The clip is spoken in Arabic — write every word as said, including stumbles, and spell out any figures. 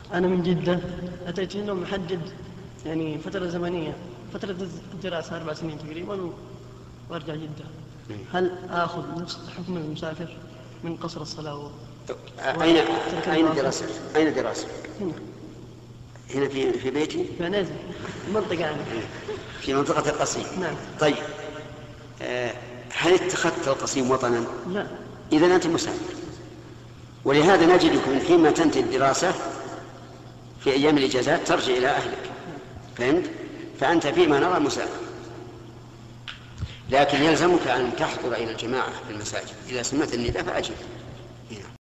أنا من جدة، أتيت هنا محدد يعني فترة زمنية، فترة الدراسة أربع سنين تقريبا وأرجع جدة. هل آخذ نفس حكم المسافر من قصر الصلاة و... أين أين دراسة؟ أين دراسة؟ هنا هنا في في بيتي؟ في نازل منطقة أنا في منطقة القصيم. نعم. طيب آه هل اتخذت القصيم وطنا؟ لا. إذا أنت مسافر، ولهذا نجدك من حين ما تنتهي الدراسة في أيام الإجازات ترجع إلى أهلك، فهمت؟ فأنت فيما نرى مسافر، لكن يلزمك أن تحضر إلى الجماعة في المساجد إذا سمعت النداء فأجب.